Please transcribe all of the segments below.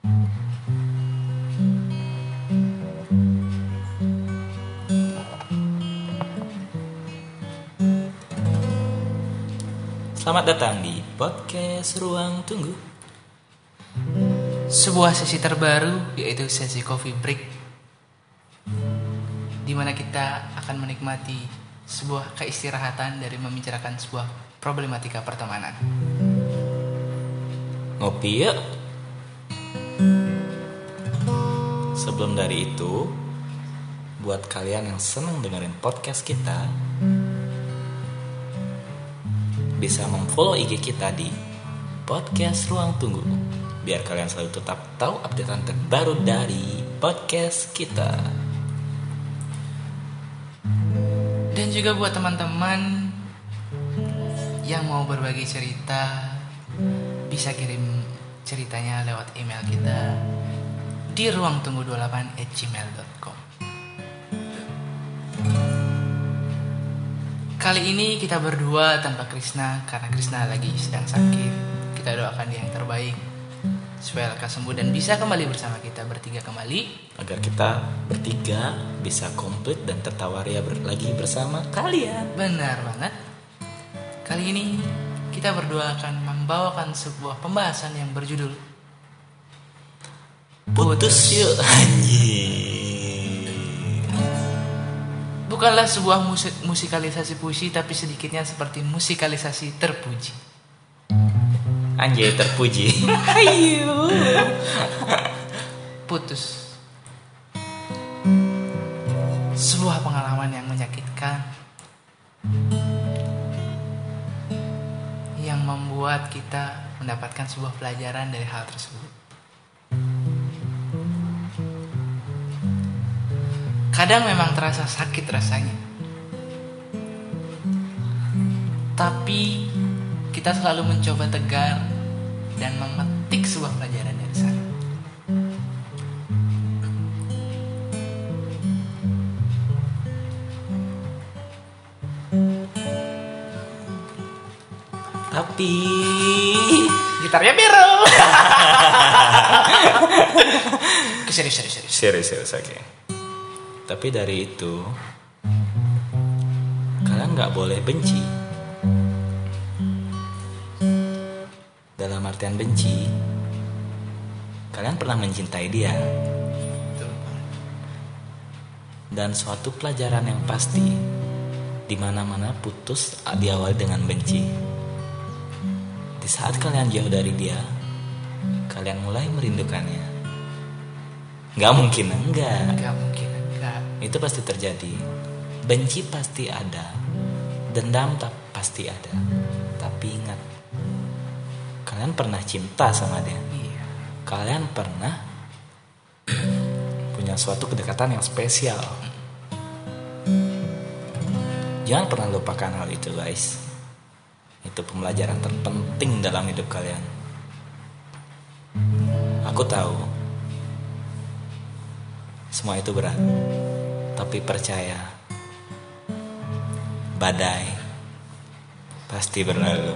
Selamat datang di podcast Ruang Tunggu. Sebuah sesi terbaru, yaitu sesi coffee break, di mana kita akan menikmati sebuah keistirahatan dari membicarakan sebuah problematika pertemanan. Ngopi yuk. Sebelum dari itu, buat kalian yang senang dengerin podcast kita, bisa memfollow IG kita di podcast Ruang Tunggu, biar kalian selalu tetap tahu updatean terbaru dari podcast kita. Dan juga buat teman-teman yang mau berbagi cerita, bisa kirim ceritanya lewat email kita di ruangtunggu28@gmail.com. Kali ini kita berdua tanpa Krisna, karena Krisna lagi sedang sakit. Kita doakan dia yang terbaik supaya lekas sembuh dan bisa kembali bersama kita bertiga kembali, Agar kita bertiga bisa komplit dan tertawa ria lagi bersama kalian. Benar banget. Kali ini kita berdua akan membawakan sebuah pembahasan yang berjudul Putus yuk anjing. Bukanlah sebuah musikalisasi puisi, tapi sedikitnya seperti musikalisasi terpuji. Anjay terpuji. Ayo. Putus. Sebuah pengalaman yang menyakitkan, yang membuat kita mendapatkan sebuah pelajaran dari hal tersebut. Kadang memang terasa sakit rasanya, tapi kita selalu mencoba tegar dan memetik sebuah pelajaran dari sana. Tapi Gitarnya biru. Serius. Oke. Tapi dari itu, kalian gak boleh benci. Dalam artian benci, kalian pernah mencintai dia. Dan suatu pelajaran yang pasti, di mana-mana putus diawali dengan benci. Di saat kalian jauh dari dia, kalian mulai merindukannya. Gak mungkin enggak. Itu pasti terjadi. Benci pasti ada, dendam pasti ada. Tapi ingat, kalian pernah cinta sama dia. Iya. Kalian pernah punya suatu kedekatan yang spesial. Jangan pernah lupakan hal itu, guys. Itu pembelajaran terpenting dalam hidup kalian. Aku tahu semua itu berat, tapi percaya, badai pasti berlalu.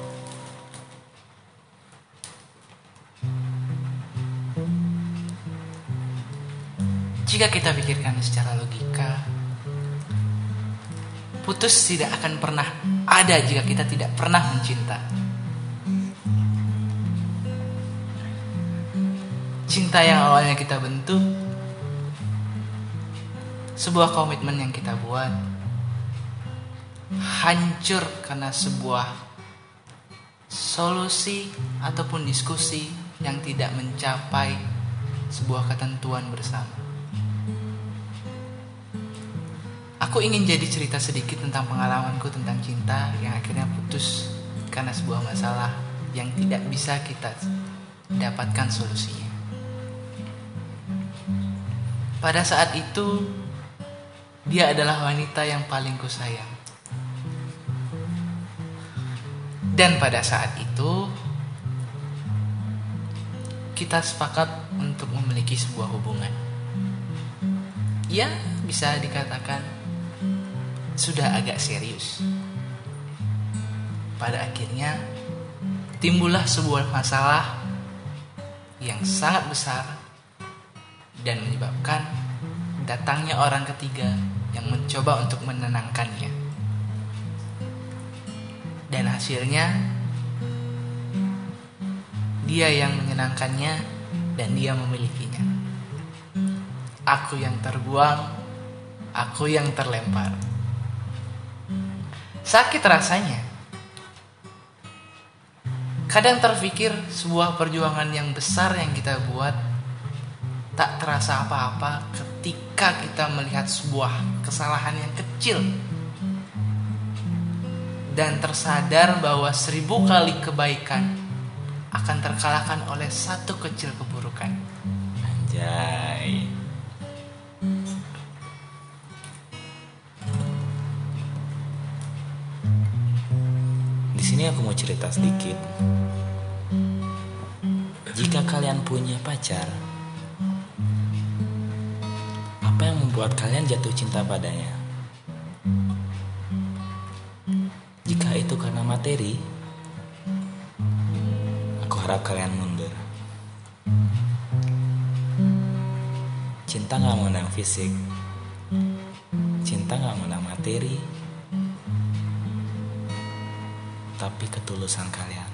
Jika kita pikirkan secara logika, putus tidak akan pernah ada jika kita tidak pernah mencinta. Cinta yang awalnya kita bentuk, sebuah komitmen yang kita buat, hancur karena sebuah solusi ataupun diskusi yang tidak mencapai sebuah ketentuan bersama. Aku ingin jadi cerita sedikit tentang pengalamanku tentang cinta yang akhirnya putus karena sebuah masalah yang tidak bisa kita dapatkan solusinya. Pada saat itu, dia adalah wanita yang paling kusayang. Dan pada saat itu, kita sepakat untuk memiliki sebuah hubungan. Ya, bisa dikatakan sudah agak serius. Pada akhirnya timbullah sebuah masalah yang sangat besar dan menyebabkan datangnya orang ketiga yang mencoba untuk menenangkannya. Dan hasilnya dia yang menyenangkannya dan dia memilikinya. Aku yang terbuang, aku yang terlempar. Sakit rasanya. Kadang terpikir sebuah perjuangan yang besar yang kita buat tak terasa apa-apa ketika kita melihat sebuah kesalahan yang kecil dan tersadar bahwa 1000 kali kebaikan akan terkalahkan oleh 1 kecil keburukan. Anjay. Di sini aku mau cerita sedikit. Jika kalian punya pacar, apa yang membuat kalian jatuh cinta padanya? Jika itu karena materi, aku harap kalian mundur. Cinta gak mengenang fisik, cinta gak mengenang materi, tapi ketulusan kalian.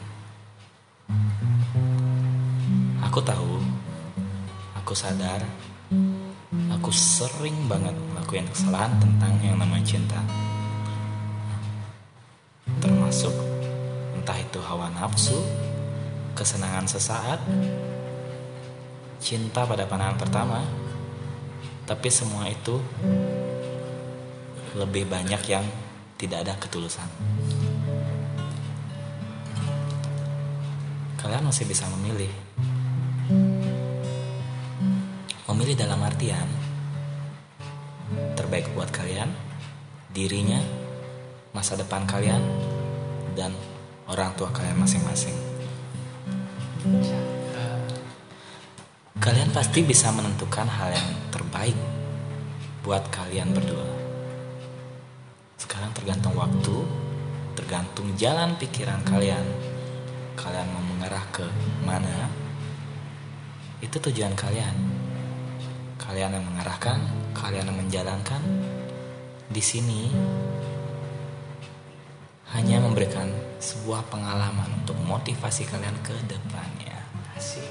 Aku tahu, aku sadar, aku sering banget melakukan kesalahan tentang yang namanya cinta. Termasuk entah itu hawa nafsu, kesenangan sesaat, cinta pada pandangan pertama. Tapi semua itu lebih banyak yang tidak ada ketulusan. Kalian masih bisa memilih. Memilih dalam artian terbaik buat kalian, dirinya, masa depan kalian, dan orang tua kalian masing-masing. Kalian pasti bisa menentukan hal yang terbaik buat kalian berdua. Sekarang tergantung waktu, tergantung jalan pikiran kalian. Kalian mau mengarah ke mana? Itu tujuan kalian. Kalian yang mengarahkan, kalian yang menjalankan. Di sini hanya memberikan sebuah pengalaman untuk motivasi kalian ke depannya. Asik.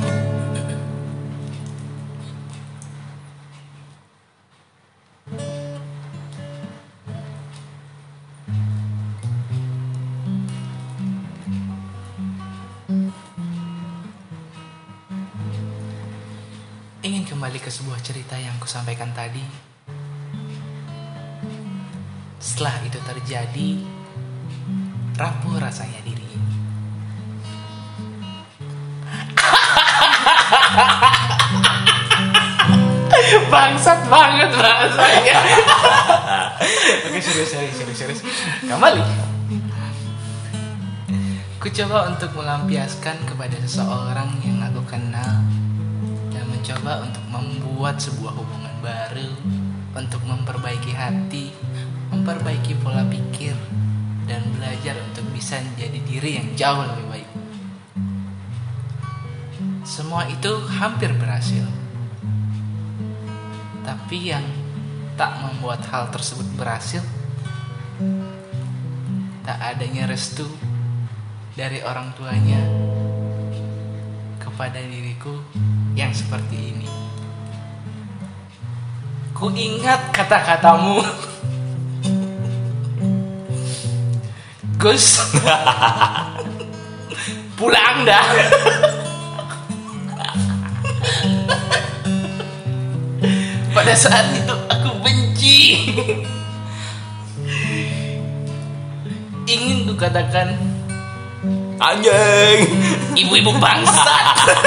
Ingin kembali ke sebuah cerita yang kusampaikan tadi. Setelah itu terjadi, rapuh rasanya diri. Bangsat banget bahasanya. Oke, serius. Kembali. Ku coba untuk melampiaskan kepada seseorang yang aku kenal dan mencoba untuk membuat sebuah hubungan baru, untuk memperbaiki hati, memperbaiki pola pikir, dan belajar untuk bisa menjadi diri yang jauh lebih baik. Semua itu hampir berhasil. Tapi yang tak membuat hal tersebut berhasil, tak adanya restu dari orang tuanya kepada diriku yang seperti ini. Ku ingat kata-katamu, Gus, pulang dah. Pada saat itu aku benci. Ingin ku katakan, Anjing. ibu-ibu bangsat.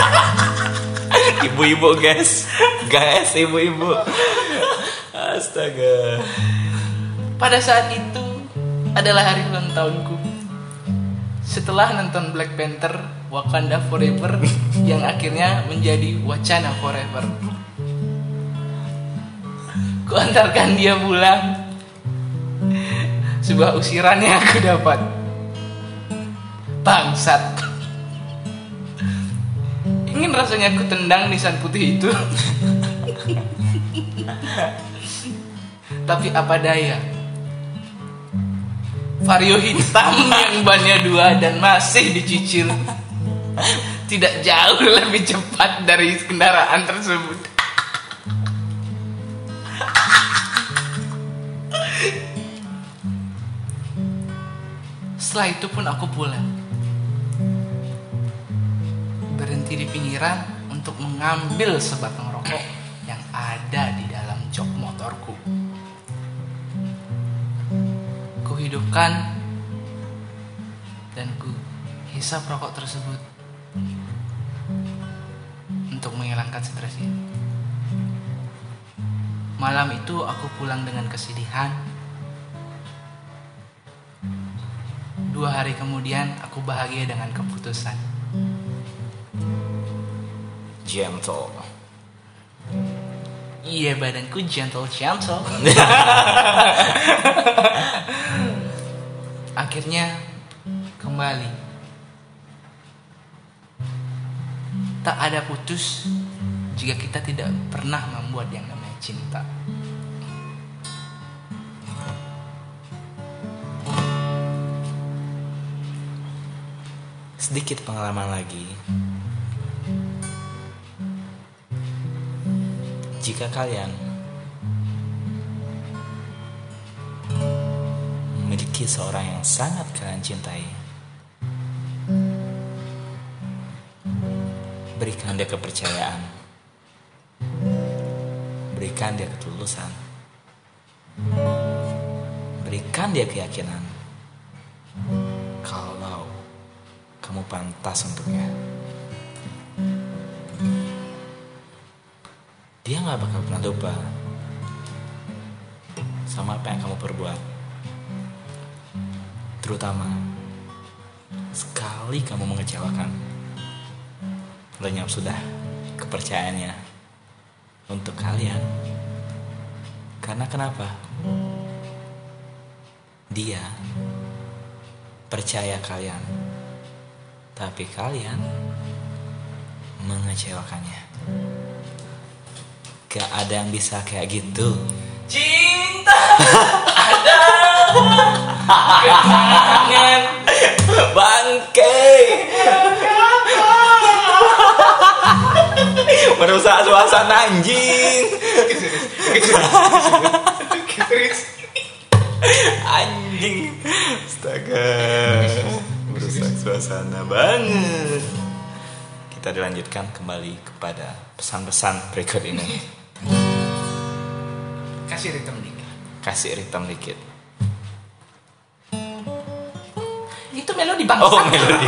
Ibu-ibu guys, ibu-ibu. Astaga. Pada saat itu adalah hari ulang tahunku. Setelah nonton Black Panther Wakanda Forever yang akhirnya menjadi Wacana Forever, ku antarkan dia pulang. Sebuah usiran yang aku dapat. Bangsat. Ingin ingin rasanya aku tendang nisan putih itu. Tapi apa daya, Vario hitam yang bannya 2 dan masih dicicil tidak jauh lebih cepat dari kendaraan tersebut. Setelah itu pun aku pulang, berhenti di pinggiran untuk mengambil sebatang rokok yang ada di dalam jok motorku. Ku hidupkan dan ku hisap rokok tersebut untuk menghilangkan stres ini. Malam itu aku pulang dengan kesedihan. 2 hari kemudian aku bahagia dengan keputusan. Gentle. Iya, badanku gentle. Akhirnya kembali. Tak ada putus jika kita tidak pernah membuat yang namanya cinta. Sedikit pengalaman lagi. Jika kalian memiliki seorang yang sangat kalian cintai, berikan dia kepercayaan, berikan dia ketulusan, berikan dia keyakinan kalau kamu pantas untuknya. Dia gak bakal pernah lupa sama apa yang kamu perbuat. Terutama sekali kamu mengecewakan, lenyap sudah kepercayaannya untuk kalian. Karena kenapa? Dia percaya kalian, tapi kalian mengecewakannya. Gak ada yang bisa kayak gitu. Cinta ada kenangan bangke merusak suasana anjing. Anjing, astaga, merusak suasana banget. Kita dilanjutkan kembali kepada pesan-pesan berikut ini. Kasih ritme dikit. Itu melodi bangsa. Oh, melodi.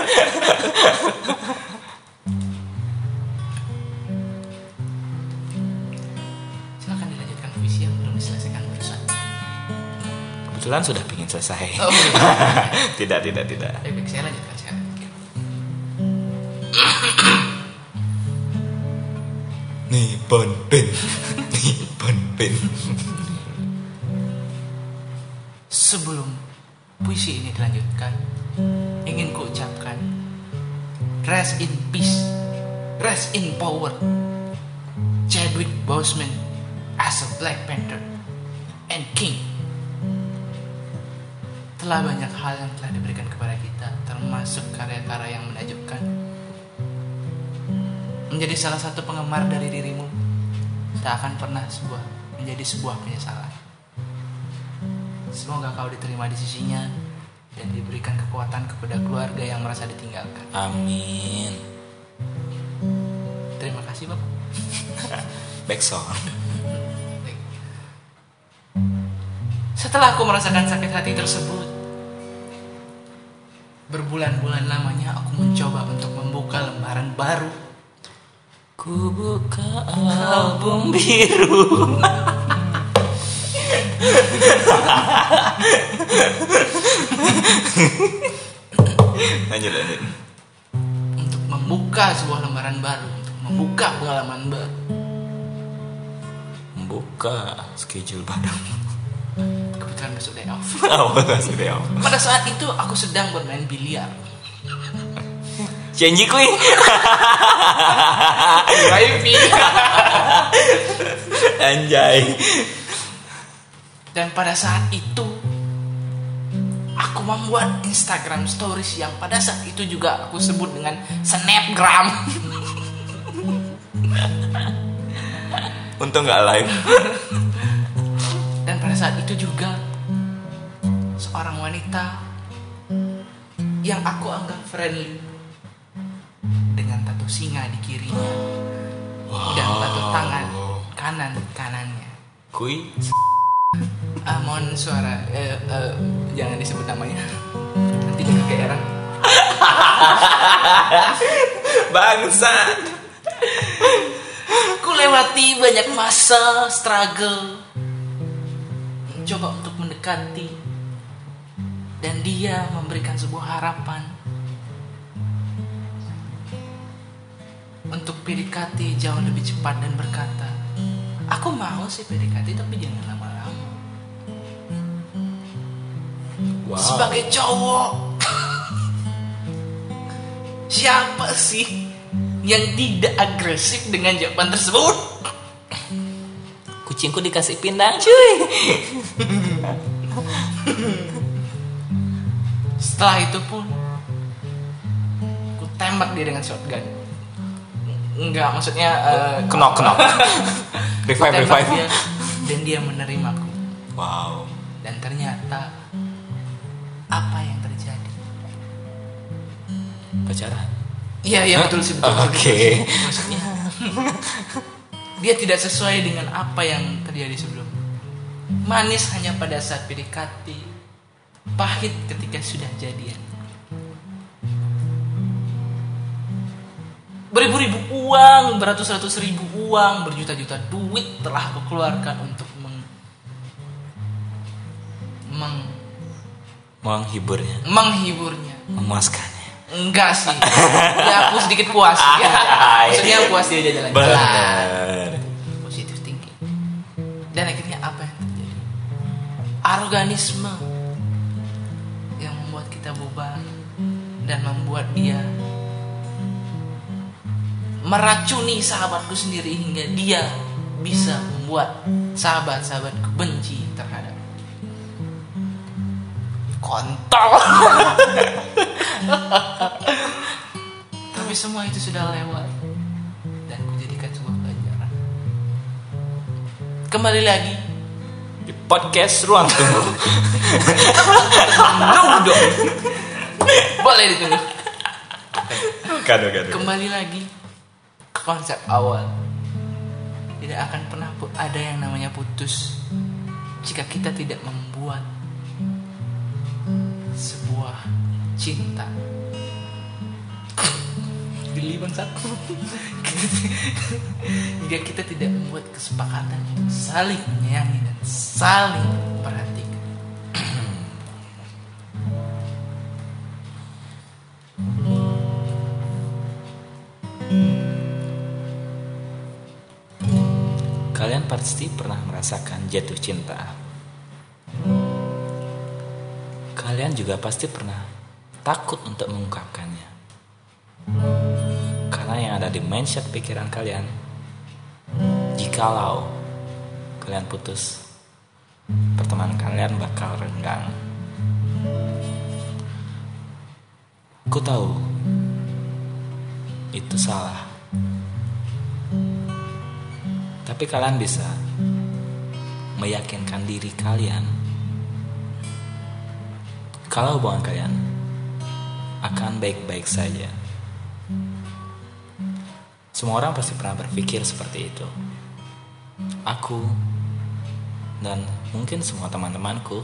Silakan dilanjutkan puisi yang belum diselesaikan barusan. Kebetulan sudah pingin selesai. Oh, Tidak. Baik, saya lanjutkan sekarang. Nippon Pen. Sebelum puisi ini dilanjutkan, ingin ku ucapkan rest in peace, rest in power, Chadwick Boseman as a Black Panther and King. Telah banyak hal yang telah diberikan kepada kita, termasuk karya-karya yang menakjubkan. Menjadi salah satu penggemar dari dirimu tak akan pernah menjadi sebuah penyesalan. Semoga kau diterima di sisinya dan diberikan kekuatan kepada keluarga yang merasa ditinggalkan. Amin. Terima kasih, Bapak. Backsound. Setelah aku merasakan sakit hati tersebut, berbulan-bulan lamanya aku mencoba untuk membuka lembaran baru. Ku buka album biru. Lanjut. Untuk membuka sebuah lembaran baru, untuk membuka pengalaman baru, membuka schedule baru. Kebetulan besok day off. Oh, besok day off. Pada saat itu aku sedang bermain biliar. Janji kuy. Wifi. Anjay. Dan pada saat itu aku membuat Instagram Stories yang pada saat itu juga aku sebut dengan Snapgram. Untung nggak live. Dan pada saat itu juga seorang wanita yang aku anggap friendly dengan tato singa di kirinya dan tato tangan kanannya. Kui. Mohon suara jangan disebut namanya, nanti dia kegeeran. Bangsa. Ku lewati banyak masa struggle, mencoba untuk mendekati, dan dia memberikan sebuah harapan untuk PDKT jauh lebih cepat dan berkata, aku mau sih PDKT tapi jangan lama-lama. Wow. Sebagai cowok, siapa sih yang tidak agresif dengan jawaban tersebut? Kucingku dikasih pindang, cuy. Setelah itu pun ku tembak dia dengan shotgun. Enggak, maksudnya Kenok. Revive. dia, dan dia menerimaku. Wow. Dan ternyata apa yang terjadi? Pacaran. Iya betul sih, betul. Oke. Maksudnya dia tidak sesuai dengan apa yang terjadi sebelumnya. Manis hanya pada saat PDKT, pahit ketika sudah jadian. Beribu-ribu uang, beratus-ratus ribu uang, berjuta-juta duit telah aku keluarkan untuk menghiburnya. Memuaskannya. Enggak sih. Ya aku sedikit puas ya. Maksudnya puas dia jalan-jalan. Benar. Positive thinking. Dan akhirnya apa yang terjadi? Aroganisme yang membuat kita bubar dan membuat dia meracuni sahabatku sendiri hingga dia bisa membuat sahabat-sahabatku benci terhadap kontol. Tapi semua itu sudah lewat dan kujadikan sebuah pelajaran. Kembali lagi Di podcast Ruang Tunggu. nunggu dong. Boleh ditunggu. Kado. Kembali lagi ke konsep awal. Tidak akan pernah ada yang namanya putus jika kita tidak membuat sebuah cinta. Geli bangsat. Jika kita tidak membuat kesepakatan untuk saling menyayangi dan saling memperhatikan. Kalian pasti pernah merasakan jatuh cinta. Kalian juga pasti pernah takut untuk mengungkapkannya. Karena yang ada di mindset pikiran kalian, jikalau kalian putus, pertemanan kalian bakal renggang. Ku tahu itu salah. Tapi kalian bisa meyakinkan diri kalian kalau hubungan kalian akan baik-baik saja. Semua orang pasti pernah berpikir seperti itu. Aku dan mungkin semua teman-temanku.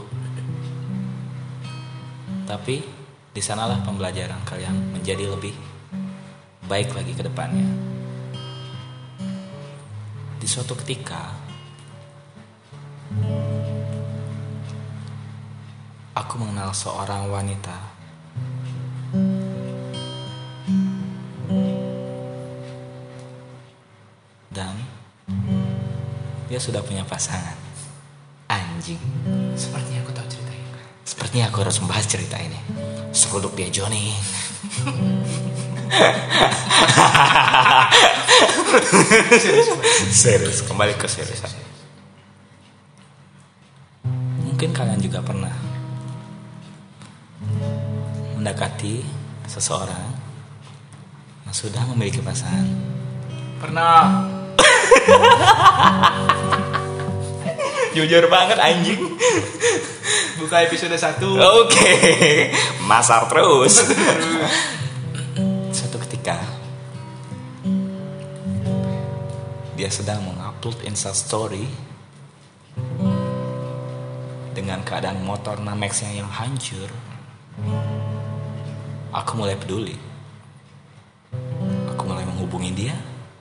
Tapi di sanalah pembelajaran kalian menjadi lebih baik lagi ke depannya. Di suatu ketika aku mengenal seorang wanita dan dia sudah punya pasangan. Anjing. Sepertinya aku tahu cerita ini. Sepertinya aku harus membahas cerita ini. Seruduk dia Johnny. Serius, kembali ke serius. Mungkin kalian juga pernah mendekati seseorang yang sudah memiliki pasangan. Pernah. Jujur banget anjing. Buka episode 1. Oke. Masar terus. Suatu ketika dia sedang mengupload Instastory dengan keadaan motor Namexnya yang hancur. Aku mulai peduli. Aku mulai menghubungi dia.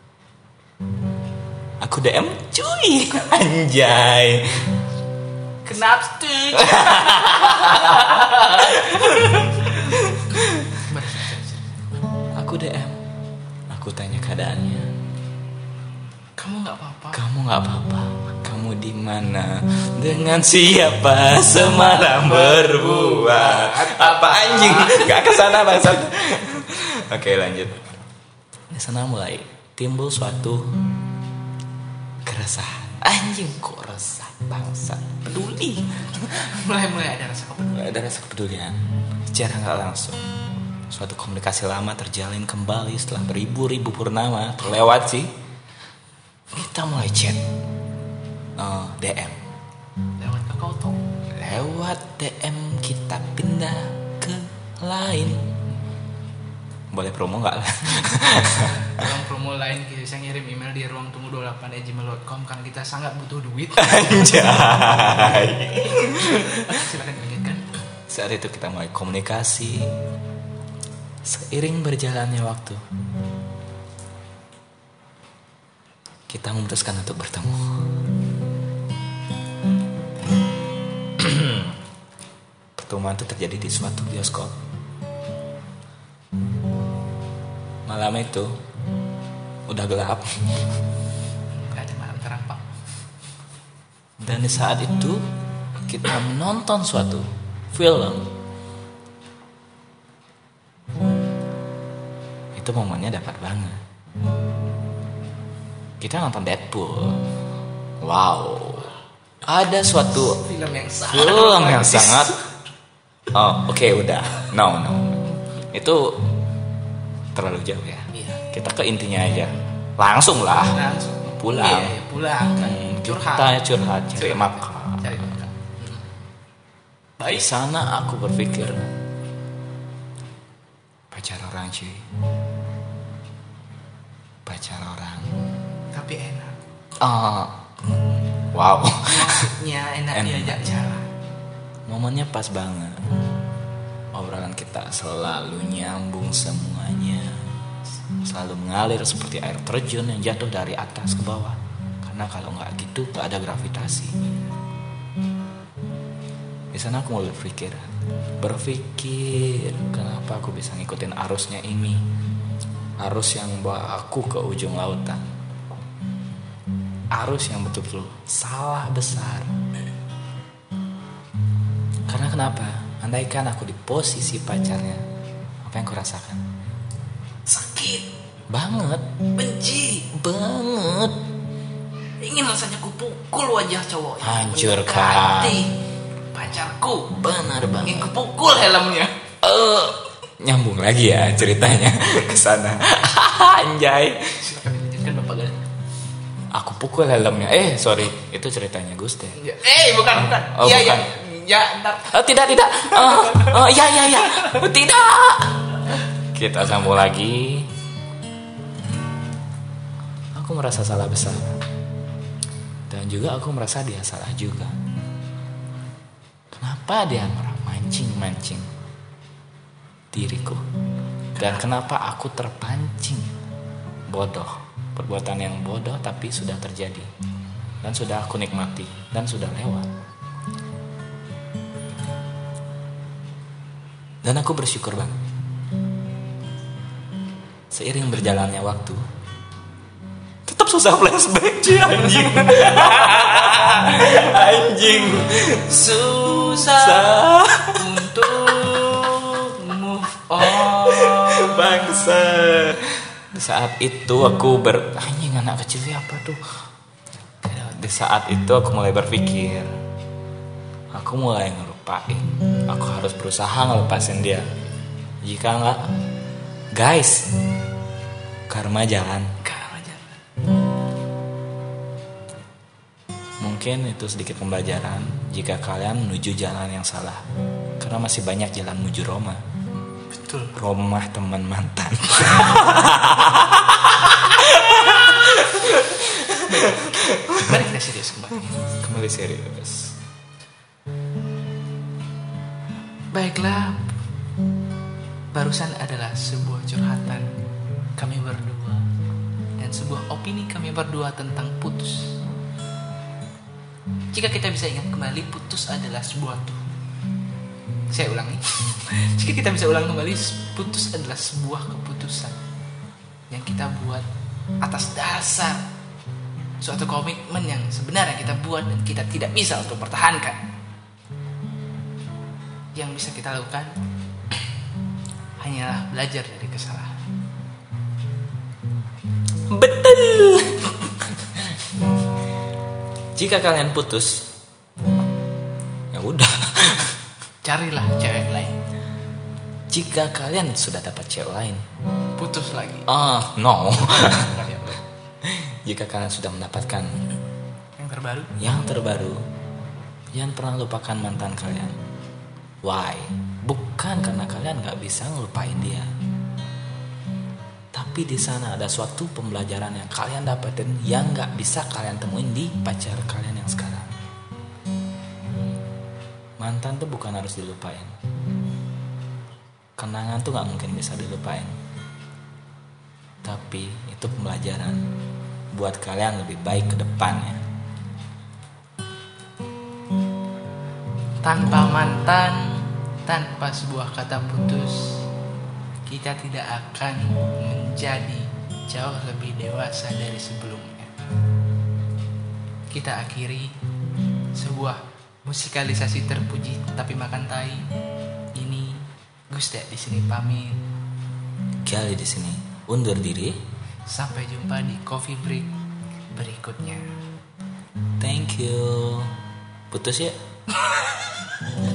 Aku DM cuy. Anjay. Kenapa tuh? Aku DM. Aku tanya keadaannya. Kamu nggak apa-apa? Kamu nggak apa-apa? Kamu di mana? Dengan siapa semalam berbuat? Apa anjing? Gak kesana bangsat. Oke lanjut. Di sana mulai timbul suatu keresahan. Anjing kok resah bangsat. Peduli. Mulai ada rasa kepedulian. Ada rasa kepedulian. Secara nggak langsung. Suatu komunikasi lama terjalin kembali setelah beribu-ribu purnama terlewati. Kita mulai chat. DM. Lewat kakao talk. Lewat DM kita pindah ke lain. Boleh promo nggak? Ruang promo lain bisa ngirim email di ruangtunggu28@gmail.com karena kita sangat butuh duit. Anjay. Silakan lanjutkan. Saat itu kita mulai komunikasi. Seiring berjalannya waktu, kita memutuskan untuk bertemu. Pertemuan itu terjadi di suatu bioskop. Malam itu udah gelap. Gak ada malam terang pak. Dan di saat itu kita menonton suatu film. Itu momennya dapat banget. Kita nonton Deadpool. Wow. Ada suatu Film yang sangat. Oh, oke, udah. No. Itu terlalu jauh ya. Iya. Kita ke intinya aja. Langsung lah. Langsung Pulang. Iya, pulang. Kita curhat, cari makan. Cari makan. Di sana aku berpikir pacar orang cuy. Pacar orang. Tapi enak. Wow. Maksudnya enak diajak jalan. Momennya pas banget. Obrolan kita selalu nyambung semuanya. Selalu mengalir seperti air terjun yang jatuh dari atas ke bawah. Karena kalau nggak gitu nggak ada gravitasi. Di sana aku mulai berpikir kenapa aku bisa ngikutin arusnya ini, arus yang bawa aku ke ujung lautan, arus yang betul-betul salah besar. Karena kenapa? Andaikan aku di posisi pacarnya, apa yang aku rasakan? Sakit Banget, benci banget. ingin rasanya kupukul wajah cowok yang Hancurkan. mendekati pacarku. Benar Ingin banget. kupukul helmnya. Nyambung lagi ya ceritanya ke sana. Anjay. Silakan dilanjutkan Bapak Gal. Aku pukul helmnya. Sorry, itu ceritanya Gus deh. Ya, bukan. Oh, Iya, bukan. Ya, ntar. Tidak. Ya. Tidak. Kita sambung lagi. Aku merasa salah besar. Dan juga aku merasa dia salah juga. Kenapa dia mancing diriku? Dan kenapa aku terpancing? Bodoh. Perbuatan yang bodoh tapi sudah terjadi. Dan sudah aku nikmati. Dan sudah lewat. Dan aku bersyukur banget. Seiring berjalannya waktu, tetap susah flashback sih anjing. Anjing. Susah untuk move on. Bangsa. Di saat itu aku anjing anak kecil siapa tuh. Di saat itu aku mulai berpikir, aku mulai ngelupain. Aku harus berusaha ngelupasin dia. Jika enggak, guys, karma jalan. Mungkin itu sedikit pembelajaran jika kalian menuju jalan yang salah. Karena masih banyak jalan menuju Roma. Betul. Rumah teman mantan. Mari kita serius kembali. Kembali serius. Baiklah, barusan adalah sebuah curhatan kami berdua dan sebuah opini kami berdua tentang putus. Jika kita bisa ingat kembali, putus adalah sebuah Saya ulangi. Jika kita bisa ulang kembali, putus adalah sebuah keputusan yang kita buat atas dasar suatu komitmen yang sebenarnya kita buat dan kita tidak bisa untuk mempertahankan. Yang bisa kita lakukan hanyalah belajar dari kesalahan. Betul. Jika kalian putus, ya udah, carilah cewek lain. Jika kalian sudah dapat cewek lain, putus lagi. No. Jika kalian sudah mendapatkan yang terbaru, jangan pernah lupakan mantan kalian. Why? Bukan karena kalian gak bisa ngelupain dia, tapi di sana ada suatu pembelajaran yang kalian dapetin yang gak bisa kalian temuin di pacar kalian yang sekarang. Mantan tuh bukan harus dilupain. Kenangan tuh gak mungkin bisa dilupain. Tapi itu pembelajaran buat kalian lebih baik ke depannya. Tanpa mantan, tanpa sebuah kata putus, kita tidak akan menjadi jauh lebih dewasa dari sebelumnya. Kita akhiri sebuah musikalisasi terpuji tapi makan tai. Ini Guste di sini pamit. Kali di sini undur diri. Sampai jumpa di coffee break berikutnya. Thank you. Putus ya.